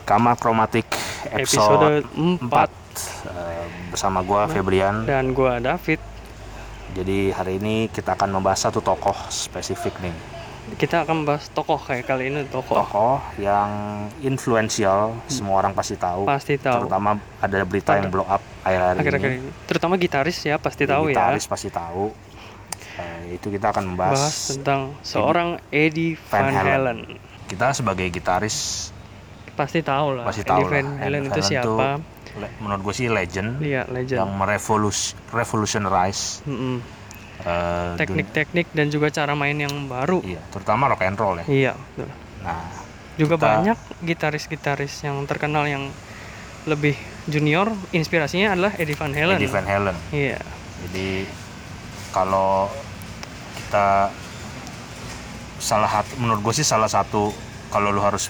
Kamar Kromatik episode 4 bersama gua Febrian dan gua David. Jadi hari ini kita akan membahas satu tokoh spesifik nih. Kita akan membahas tokoh kayak kali ini Tokoh yang influential, semua orang pasti tahu. Pasti tahu. Terutama ada berita yang blow up akhir-akhir ini. Terutama gitaris ya pasti tahu ya. Gitaris pasti tahu. Itu kita akan membahas tentang seorang Eddie Van Halen. Kita sebagai gitaris pasti tahu lah. Eddie Van Halen itu siapa? Menurut gue sih legend. Iya, legend. Yang revolutionize teknik-teknik dan juga cara main yang baru. Iya, terutama rock and roll ya. Iya, betul. Nah, juga banyak gitaris-gitaris yang terkenal yang lebih junior, inspirasinya adalah Eddie Van Halen. Eddie Van Halen. Iya. Jadi kalau kita menurut gue sih salah satu, kalau lu harus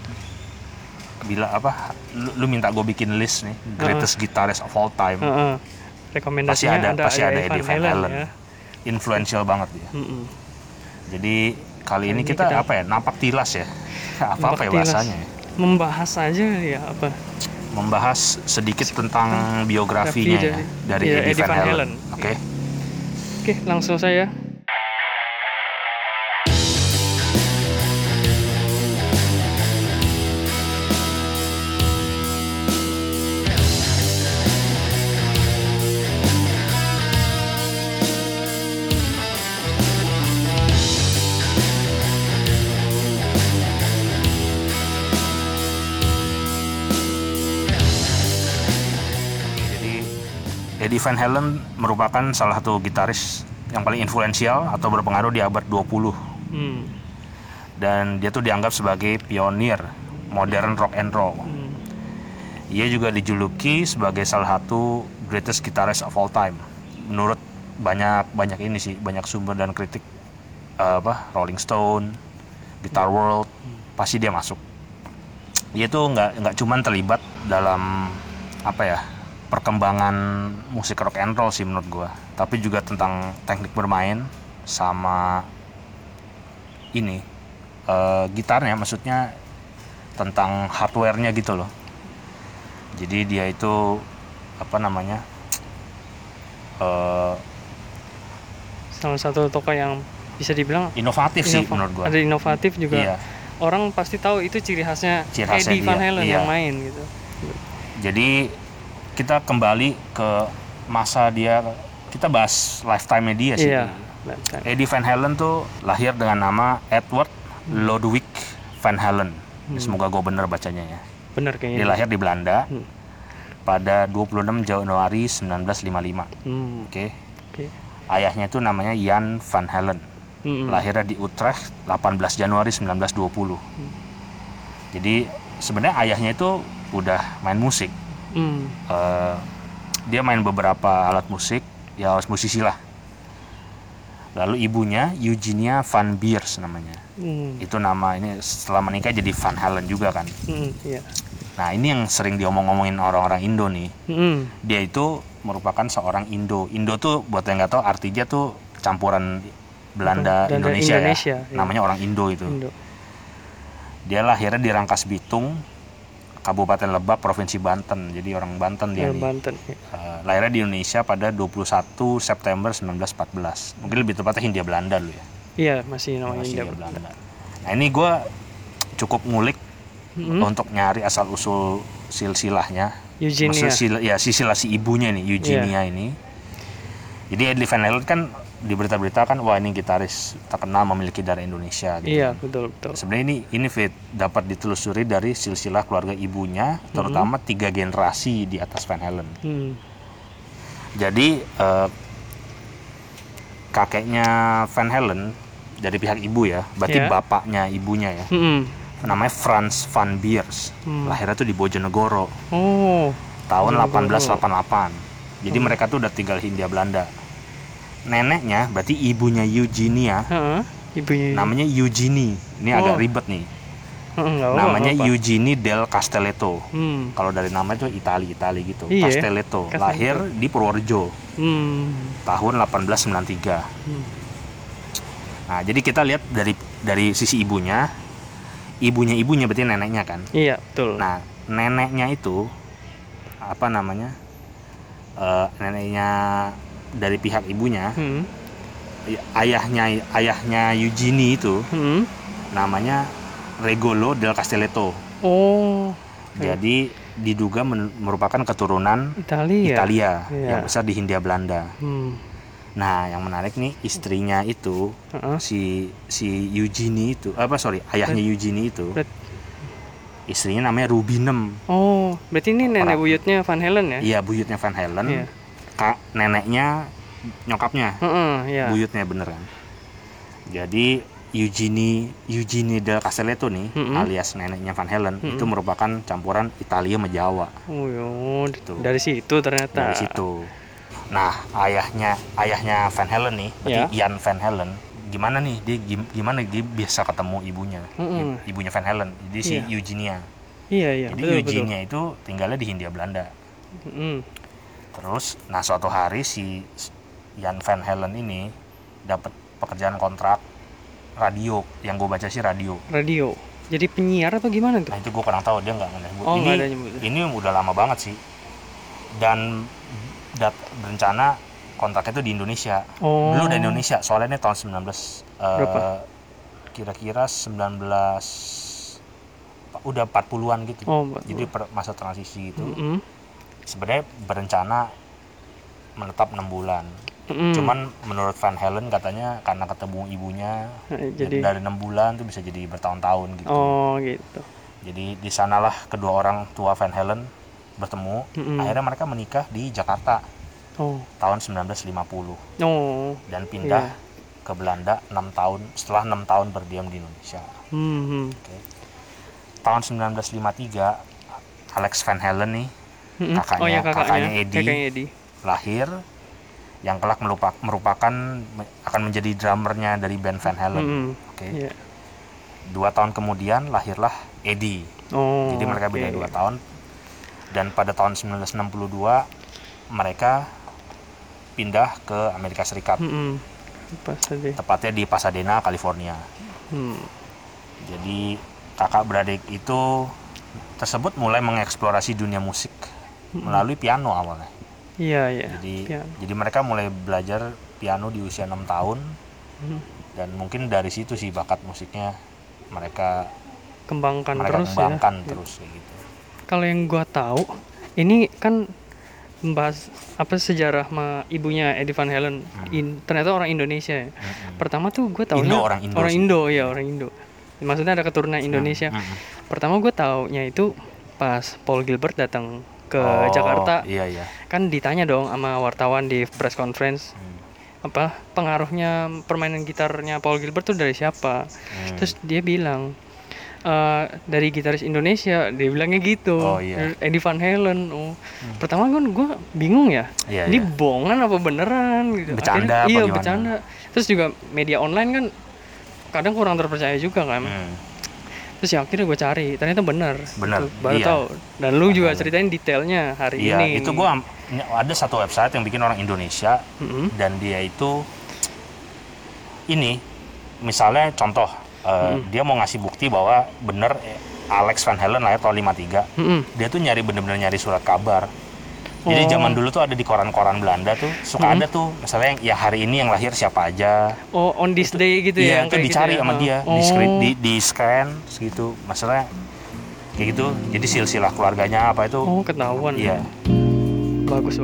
lu minta gue bikin list nih greatest guitarist of all time. Rekomendasinya pasti ada Eddie Van Halen. Ya. Influential banget dia. Jadi kali ini kita nampak tilas ya. apa ya bahasanya ya? Membahas aja ya apa? Membahas sedikit tentang biografinya dari Eddie Van Halen. Oke, langsung saya. Eddie Van Halen merupakan salah satu gitaris yang paling influensial atau berpengaruh di abad 20. Dan dia tuh dianggap sebagai pionir modern rock and roll. Ia juga dijuluki sebagai salah satu greatest guitarist of all time. Menurut banyak sumber dan kritik, Rolling Stone, Guitar World, pasti dia masuk. Dia tuh nggak cuman terlibat dalam perkembangan musik rock and roll sih menurut gua, tapi juga tentang teknik bermain sama gitarnya, maksudnya tentang hardware-nya gitu loh. Jadi dia itu salah satu tokoh yang bisa dibilang inovatif sih menurut gua. Ada inovatif juga. Iya. Orang pasti tahu itu ciri khasnya Eddie Van Halen yang main gitu. Jadi kita kembali ke masa dia, kita bahas lifetime-nya dia sih. Iya, Eddie Van Halen tuh lahir dengan nama Edward Lodewijk Van Halen. Semoga gue bener bacanya ya. Bener kayaknya. Dia lahir di Belanda pada 26 Januari 1955. Oke. Ayahnya itu namanya Jan Van Halen. Lahirnya di Utrecht 18 Januari 1920. Jadi sebenarnya ayahnya itu udah main musik. Dia main beberapa alat musik, ya musisi lah. Lalu ibunya Eugenia Van Beers namanya. Itu nama ini setelah menikah jadi Van Halen juga kan. Iya. Nah ini yang sering diomong-ngomongin orang-orang Indo nih. Dia itu merupakan seorang Indo. Indo tuh buat yang nggak tahu artinya tuh campuran Belanda Indonesia ya. Namanya orang Indo itu. Dia lahirnya di Rangkas Bitung, Kabupaten Lebak, Provinsi Banten. Jadi orang Banten dia nih. Banten. Lahirnya di Indonesia pada 21 September 1914. Mungkin lebih tepatnya Hindia Belanda dulu ya. Iya, masih namanya Hindia Belanda. Nah ini gue cukup ngulik untuk nyari asal-usul silsilahnya. Eugenia. Silsilah si ibunya nih, Eugenia ini. Jadi Eddie Van Halen kan di berita-berita kan, wah ini gitaris terkenal memiliki darah Indonesia gitu. Iya, betul. Sebenarnya ini dapat ditelusuri dari silsilah keluarga ibunya, terutama 3 generasi di atas Van Halen. Jadi kakeknya Van Halen dari pihak ibu ya, berarti bapaknya ibunya ya. Namanya Frans Van Beers. Lahirnya tuh di Bojonegoro. Tahun 1888. Jadi mereka tuh udah tinggal Hindia Belanda. Neneknya berarti ibunya Eugenia. Namanya Eugenie. Ini agak ribet nih. Namanya Eugenie del Castelletto. Kalau dari nama itu Itali gitu. Castelletto. Lahir di Purworejo. Tahun 1893. Nah, jadi kita lihat dari sisi ibunya. ibunya berarti neneknya kan. Iya, betul. Nah, neneknya itu apa namanya? Neneknya dari pihak ibunya, ayahnya Eugenie itu namanya Regolo del Castelletto. Oh. Jadi diduga merupakan keturunan Italia yang besar di Hindia Belanda. Nah, yang menarik nih, istrinya itu si Eugenie itu, ayahnya Eugenie itu, istrinya namanya Rubinem. Oh, berarti ini nenek buyutnya Van Halen ya? Iya, buyutnya Van Halen. Iya. Neneknya nyokapnya, iya. buyutnya beneran. Jadi Eugenie del Castelletto nih, alias neneknya Van Halen, itu merupakan campuran Italia sama Jawa. Oh, gitu. Dari situ ternyata. Dari situ. Nah, ayahnya Van Halen nih, berarti Jan Van Halen, gimana nih dia bisa ketemu ibunya Van Halen, jadi si Eugenia. Iya. Jadi Eugenia itu tinggalnya di Hindia Belanda. Terus, nah suatu hari si Jan Van Halen ini dapat pekerjaan kontrak radio, yang gue baca sih radio. Jadi penyiar apa gimana tuh? Nah itu gue kurang tahu, dia nggak nyebut. Ini udah lama banget sih. Dan berencana kontraknya itu di Indonesia. Dulu dari Indonesia, soalnya ini tahun 19 kira-kira 19 udah 40-an gitu. Jadi masa transisi itu. Sebenarnya berencana menetap 6 bulan. Cuman menurut Van Halen katanya karena ketemu ibunya dari 6 bulan tuh bisa jadi bertahun-tahun gitu. Gitu. Jadi di sanalah kedua orang tua Van Halen bertemu. Akhirnya mereka menikah di Jakarta tahun 1950. Dan pindah ke Belanda 6 tahun setelah 6 tahun berdiam di Indonesia. Okay. Tahun 1953 Alex Van Halen nih, kakaknya Eddie lahir, yang kelak merupakan akan menjadi drummernya dari band Van Halen. Okay. 2 tahun kemudian lahirlah Eddie. Jadi mereka beda 2 tahun. Dan pada tahun 1962 mereka pindah ke Amerika Serikat. Tepatnya di Pasadena, California. Jadi kakak beradik itu tersebut mulai mengeksplorasi dunia musik melalui piano awalnya. Iya. Jadi mereka mulai belajar piano di usia 6 tahun. Dan mungkin dari situ sih bakat musiknya mereka kembangkan terus kayak gitu. Kalau yang gua tahu, ini kan membahas apa sejarah ibunya Eddie Van Halen. Ternyata orang Indonesia ya. Pertama tuh gue taunya orang Indo. Maksudnya ada keturunan Indonesia. Pertama gue taunya itu pas Paul Gilbert datang ke Jakarta. Iya. Kan ditanya dong sama wartawan di press conference. Apa pengaruhnya permainan gitarnya Paul Gilbert tuh dari siapa? Terus dia bilang dari gitaris Indonesia, dia bilangnya gitu. Eddie Van Halen. Pertama kan gue bingung ya, ini bohongan apa beneran gitu. Bercanda. Iya, bercanda. Terus juga media online kan kadang kurang terpercaya juga kan. Terus ya akhirnya gue cari, ternyata benar. Baru tahu. Dan lu juga ceritain detailnya hari ini. Itu gue ada satu website yang bikin orang Indonesia, dan dia itu ini misalnya contoh. Dia mau ngasih bukti bahwa bener Alex Van Halen lahir tahun 53. Dia tuh bener-bener nyari surat kabar. Jadi zaman dulu tuh ada di koran-koran Belanda tuh suka ada tuh misalnya ya hari ini yang lahir siapa aja. On this day gitu ya. Iya, itu dicari gitu sama dia, di scan gitu. Masalahnya kayak gitu. Jadi silsilah keluarganya apa itu. Ketahuan. Iya. Bagus.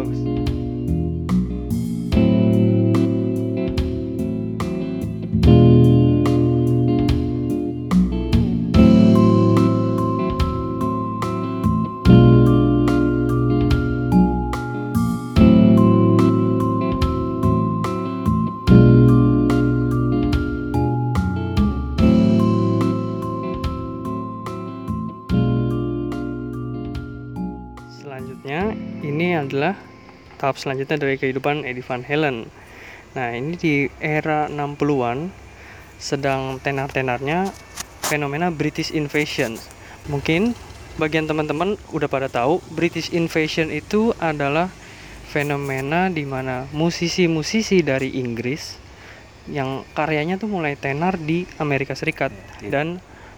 Selanjutnya, ini adalah tahap selanjutnya dari kehidupan Eddie Van Halen. Nah, ini di era 60-an sedang tenar-tenarnya fenomena British Invasion. Mungkin bagian teman-teman udah pada tahu, British Invasion itu adalah fenomena di mana musisi-musisi dari Inggris yang karyanya tuh mulai tenar di Amerika Serikat dan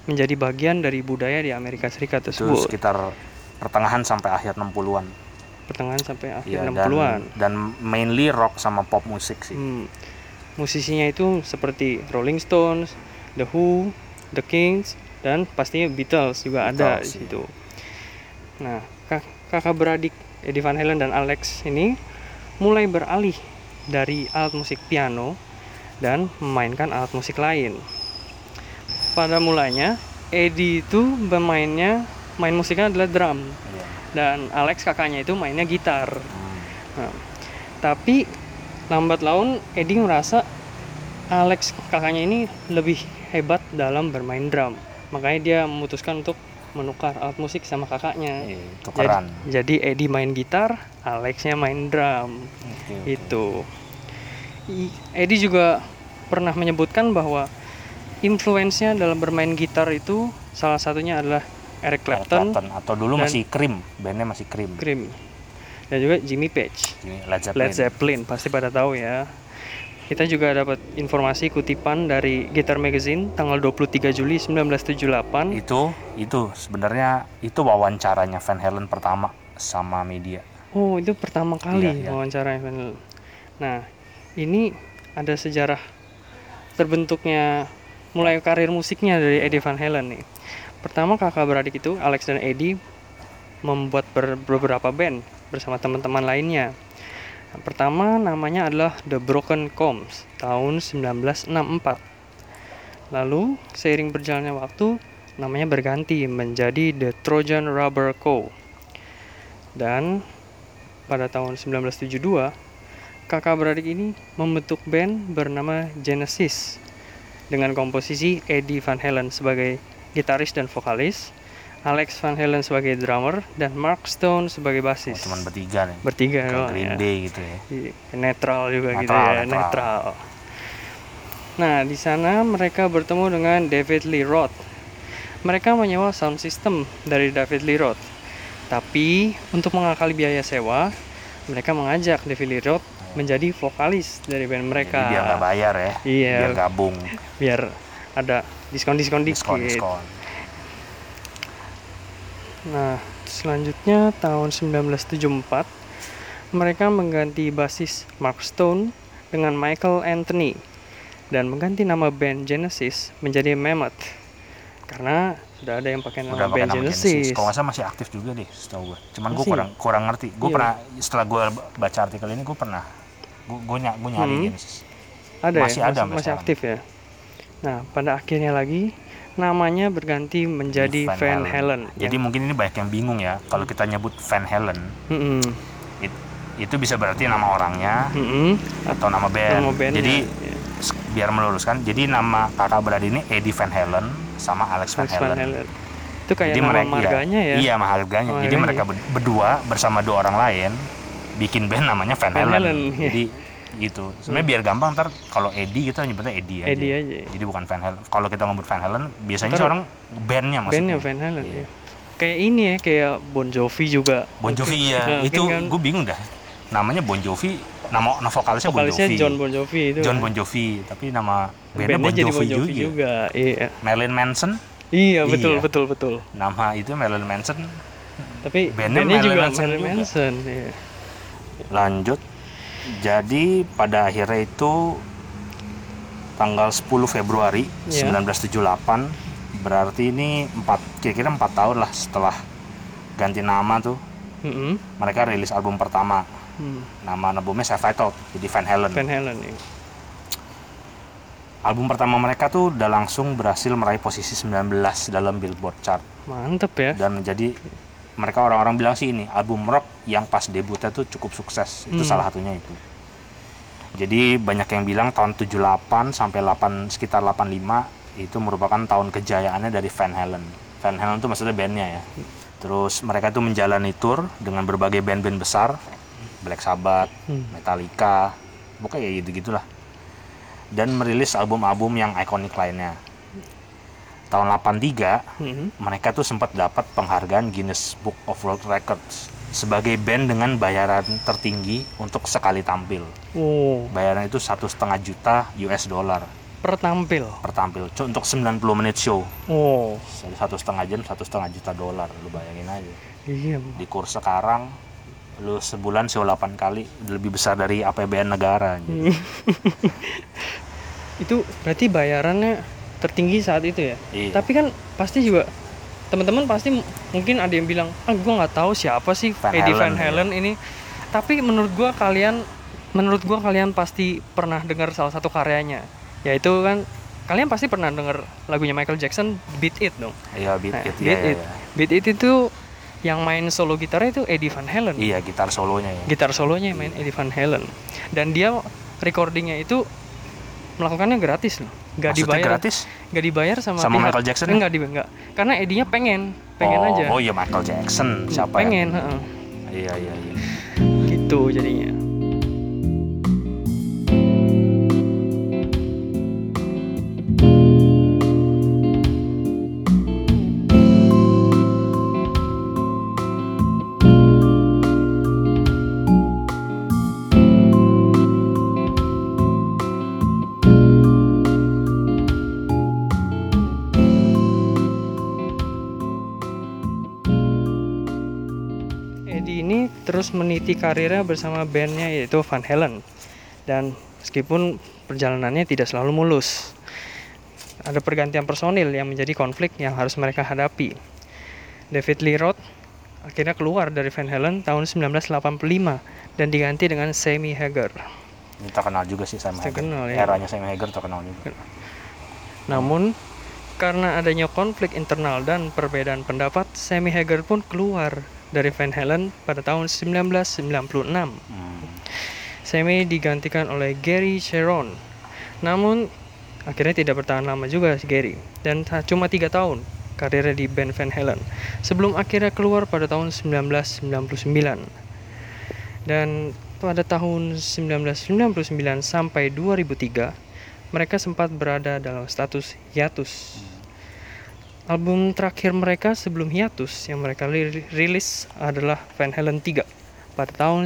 menjadi bagian dari budaya di Amerika Serikat tersebut. Itu sekitar pertengahan sampai akhir 60-an. Pertengahan sampai akhir Ya, 60-an. Dan mainly rock sama pop musik sih. Musisinya itu seperti Rolling Stones, The Who, The Kings, dan pastinya Beatles juga ada di situ. Nah, kakak beradik Eddie Van Halen dan Alex ini mulai beralih dari alat musik piano dan memainkan alat musik lain. Pada mulanya Eddie itu main musiknya adalah drum, dan Alex kakaknya itu mainnya gitar. Nah, tapi lambat laun Eddie merasa Alex kakaknya ini lebih hebat dalam bermain drum, makanya dia memutuskan untuk menukar alat musik sama kakaknya. Tukeran. Jadi Eddie main gitar, Alexnya main drum. Itu. Eddie juga pernah menyebutkan bahwa influence-nya dalam bermain gitar itu salah satunya adalah Eric Clapton atau dulu masih Cream, bandnya masih Cream. Dan juga Jimmy Page. Led Zeppelin pasti pada tahu ya. Kita juga dapat informasi kutipan dari Guitar Magazine tanggal 23 Juli 1978. Itu sebenarnya itu wawancaranya Van Halen pertama sama media. Oh, itu pertama kali wawancaranya Van Halen. Nah, ini ada sejarah terbentuknya mulai karir musiknya dari Eddie Van Halen nih. Pertama, kakak beradik itu, Alex dan Eddie, membuat beberapa band bersama teman-teman lainnya. Pertama namanya adalah The Broken Combs tahun 1964. Lalu seiring berjalannya waktu namanya berganti menjadi The Trojan Rubber Co. Dan pada tahun 1972 kakak beradik ini membentuk band bernama Genesis dengan komposisi Eddie Van Halen sebagai gitaris dan vokalis, Alex Van Halen sebagai drummer, dan Mark Stone sebagai basis. Cuman bertiga nih. Bertiga doang. Green Day gitu ya. Netral juga gitu ya. Netral. Nah, di sana mereka bertemu dengan David Lee Roth. Mereka menyewa sound system dari David Lee Roth. Tapi untuk mengakali biaya sewa, mereka mengajak David Lee Roth menjadi vokalis dari band mereka. Jadi biar nggak bayar ya. Iya. Biar gabung. Biar ada diskon dikit. Nah, selanjutnya tahun 1974 mereka mengganti basis Mark Stone dengan Michael Anthony dan mengganti nama band Genesis menjadi Mammoth karena sudah ada yang pakai nama band Genesis. Kalau nggak salah masih aktif juga deh, setahu gue. Cuman gue kurang ngerti. Gue pernah setelah gue baca artikel ini gue nyari Genesis. Masih aktif ya. Nah, pada akhirnya lagi namanya berganti menjadi Van Halen. Jadi mungkin ini banyak yang bingung ya kalau kita nyebut Van Halen. Itu bisa berarti nama orangnya atau nama band. Jadi biar meluruskan, jadi nama kakak beradik ini Eddie Van Halen sama Alex Van Halen. Itu kayak nama marganya ya? Iya, marganya. Jadi mereka berdua bersama dua orang lain bikin band namanya Van Halen. Jadi gitu. Sebenarnya biar gampang, ntar kalau Eddie kita nyebutnya Eddie aja. Jadi bukan Van Halen. Kalau kita ngomong Van Halen, biasanya orang bandnya maksudnya. Bandnya Van Halen ya. Kayak ini ya, kayak Bon Jovi juga. Bon Jovi ya. Itu gue bingung dah. Namanya Bon Jovi, nama vokalisnya Bon Jovi. John Bon Jovi itu. John Bon Jovi, tapi nama bandnya Bon Jovi juga. Iya. Marilyn Manson. Iya, betul. Nama itu Marilyn Manson. Tapi bandnya juga Marilyn Manson. Iya. Lanjut. Jadi pada akhirnya itu tanggal 10 Februari 1978, berarti ini kira-kira 4 tahun lah setelah ganti nama tuh. Mereka rilis album pertama. Nama albumnya self-titled, jadi Van Halen ya. Album pertama mereka tuh udah langsung berhasil meraih posisi 19 dalam Billboard chart. Mantep ya. Dan jadi mereka orang-orang bilang sih ini album rock yang pas debutnya tuh cukup sukses. Itu salah satunya itu. Jadi banyak yang bilang tahun 78 sampai sekitar 85 itu merupakan tahun kejayaannya dari Van Halen. Van Halen itu maksudnya bandnya ya. Terus mereka tuh menjalani tour dengan berbagai band-band besar, Black Sabbath, Metallica, pokoknya ya gitu-gitulah. Dan merilis album-album yang ikonik lainnya. Tahun 83, mereka tuh sempat dapat penghargaan Guinness Book of World Records sebagai band dengan bayaran tertinggi untuk sekali tampil. Bayaran itu $1,5 juta US. per tampil. Untuk 90 menit show. Oh. 1,5 jam, $1,5 juta, lu bayangin aja. Iya. Di kurs sekarang lu sebulan show 8 kali, lebih besar dari APBN negara. Itu berarti bayarannya tertinggi saat itu ya. Iya. Tapi kan pasti juga teman-teman pasti mungkin ada yang bilang, gue nggak tahu siapa sih Eddie Van Halen ini. Tapi menurut gua kalian pasti pernah dengar salah satu karyanya, yaitu kan kalian pasti pernah dengar lagunya Michael Jackson, Beat It dong. Iya, Beat It. Beat It itu yang main solo gitarnya itu Eddie Van Halen. Iya, gitar solonya main Eddie Van Halen. Dan dia recordingnya itu melakukannya gratis loh. Maksudnya dibayar. Gratis? Nggak dibayar sama Michael Jackson? Enggak. Karena Eddie-nya pengen aja. Oh iya, Michael Jackson. Siapa pengen, Iya. Gitu jadinya. Eddie ini terus meniti karirnya bersama bandnya yaitu Van Halen, dan meskipun perjalanannya tidak selalu mulus, ada pergantian personil yang menjadi konflik yang harus mereka hadapi. David Lee Roth akhirnya keluar dari Van Halen tahun 1985 dan diganti dengan Sammy Hagar. Ini terkenal juga sih Sammy Hagar. Ya. Eranya Sammy Hagar terkenal juga. Namun karena adanya konflik internal dan perbedaan pendapat, Sammy Hagar pun keluar dari Van Halen pada tahun 1996. Sammy digantikan oleh Gary Cherone. Namun akhirnya tidak bertahan lama juga si Gary, dan cuma 3 tahun karirnya di band Van Halen sebelum akhirnya keluar pada tahun 1999. Dan pada tahun 1999 sampai 2003 mereka sempat berada dalam status hiatus. Album terakhir mereka sebelum hiatus yang mereka rilis adalah Van Halen 3 pada tahun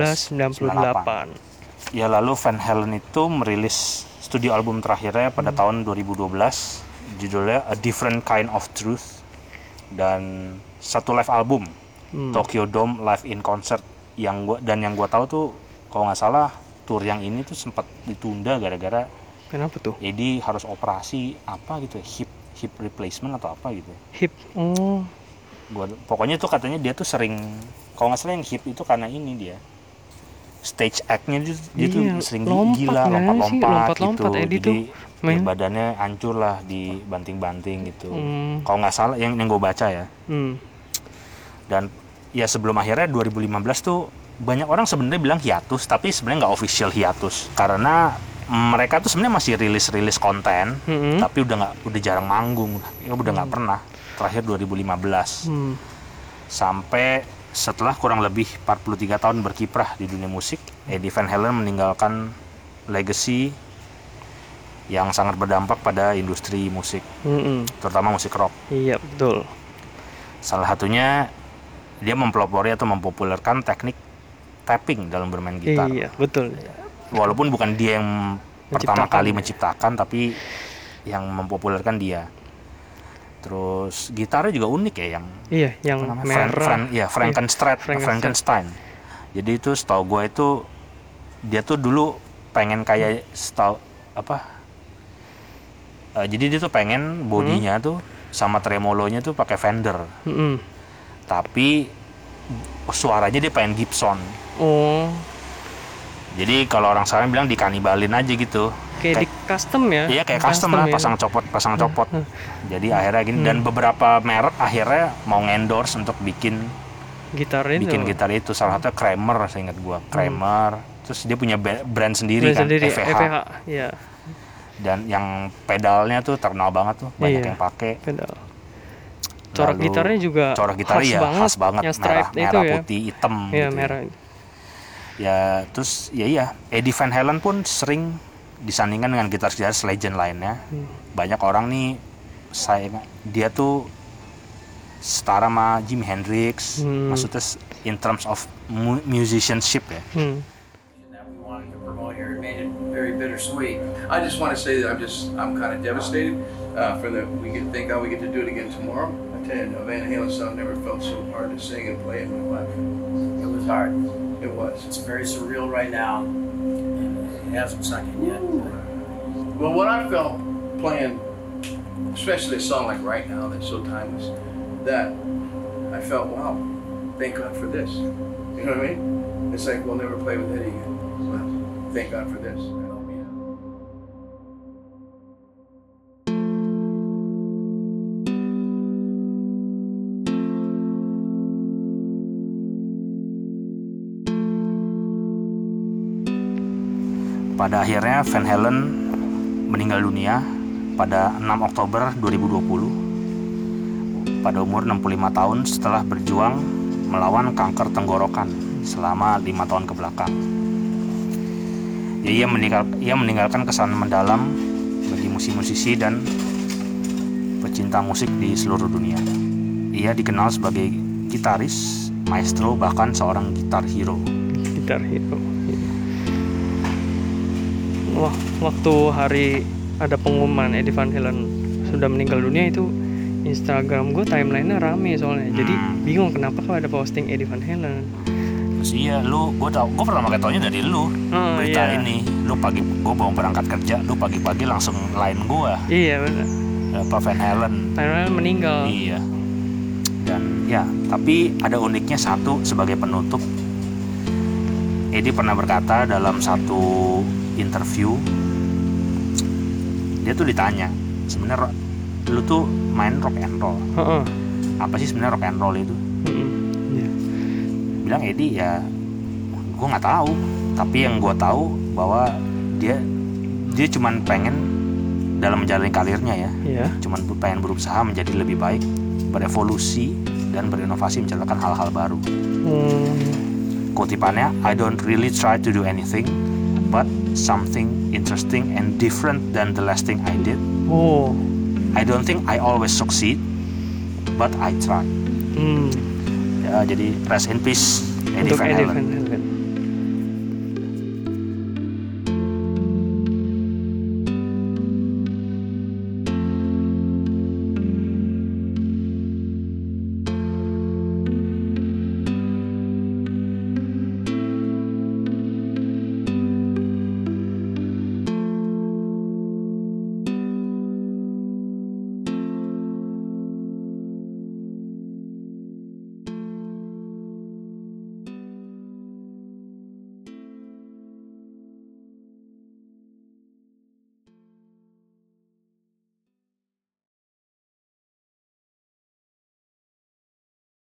1998. Ya, lalu Van Halen itu merilis studio album terakhirnya pada tahun 2012, judulnya A Different Kind of Truth, dan satu live album Tokyo Dome Live in Concert yang gua tahu tuh kalau nggak salah tour yang ini tuh sempat ditunda gara-gara kenapa tuh? Jadi harus operasi apa gitu, hip replacement atau apa gitu. Pokoknya tuh katanya dia tuh sering, kalau nggak salah yang hip itu karena ini dia stage act-nya dia tuh sering gila lompat-lompat gitu. Jadi ya badannya hancur lah dibanting-banting gitu. Kalau nggak salah yang gue baca ya. Dan ya sebelum akhirnya 2015 tuh banyak orang sebenarnya bilang hiatus, tapi sebenarnya nggak official hiatus karena mereka tuh sebenarnya masih rilis konten, tapi udah jarang manggung, udah nggak pernah. Terakhir 2015, sampai setelah kurang lebih 43 tahun berkiprah di dunia musik, Eddie Van Halen meninggalkan legacy yang sangat berdampak pada industri musik, terutama musik rock. Iya, betul. Salah satunya dia mempelopori atau mempopulerkan teknik tapping dalam bermain gitar. Iya, betul. Walaupun bukan dia yang pertama kali menciptakan, tapi yang mempopulerkan dia. Terus gitarnya juga unik ya, yang merah. Frankenstein. Jadi itu setahu gue itu dia tuh dulu pengen kayak jadi dia tuh pengen bodinya tuh sama tremolonya tuh pakai Fender. Tapi suaranya dia pengen Gibson. Jadi kalau orang sekarang bilang dikanibalin aja gitu. Kayak di custom ya? Iya, kayak custom lah, pasang copot. Jadi akhirnya gini, dan beberapa merek akhirnya mau endorse untuk bikin gitar itu. Salah satunya Kramer, saya ingat gua. Kramer. Terus dia punya brand sendiri kan, FH. Iya. Dan yang pedalnya tuh terkenal banget tuh, banyak yang pakai. Pedal. Corak gitarnya juga khas banget. Yang merah putih, hitam gitu. Merah. Ya, terus Eddie Van Halen pun sering disandingkan dengan gitaris legend lainnya. Banyak orang nih dia tuh setara sama Jimi Hendrix, maksudnya in terms of musicianship ya. bittersweet. I just want to say that I'm kind of devastated we get to do it again tomorrow. I tell you, a Van Halen song never felt so hard to sing and play in my life. It was hard. It was. It's very surreal right now, and it hasn't sunk in yet. Well, what I felt playing, especially a song like Right Now that's so timeless, that I felt, wow, thank God for this. You know what I mean? It's like we'll never play with Eddie again. Well, thank God for this. Pada akhirnya Van Halen meninggal dunia pada 6 Oktober 2020 pada umur 65 tahun setelah berjuang melawan kanker tenggorokan selama 5 tahun ke belakang. Jadi ia meninggalkan kesan mendalam bagi musisi-musisi dan pecinta musik di seluruh dunia. Ia dikenal sebagai gitaris, maestro, bahkan seorang gitar hero. Gitar hero. Wah, waktu hari ada pengumuman Eddie Van Halen sudah meninggal dunia itu Instagram gue timeline-nya rame soalnya. Jadi bingung kenapa kalau ada posting Eddie Van Halen. Terus iya, gue pertama kali taunya dari lu berita ini. Lu gue mau berangkat kerja, lu pagi-pagi langsung line gue. Iya benar. Pak Van Halen. Van Halen meninggal. Iya. Dan ya, tapi ada uniknya satu sebagai penutup. Eddie pernah berkata dalam satu interview, dia tuh ditanya, sebenarnya lu tuh main rock and roll. Apa sih sebenarnya rock and roll itu? Bilang Eddie, ya gue nggak tahu, tapi yang gue tahu bahwa dia cuman pengen dalam menjalani karirnya cuman pengen berusaha menjadi lebih baik, berevolusi dan berinovasi menciptakan hal-hal baru. Kutipannya, I don't really try to do anything but something interesting and different than the last thing I did. I don't think I always succeed, but I try. Ya, jadi rest in peace Eddie Van Halen.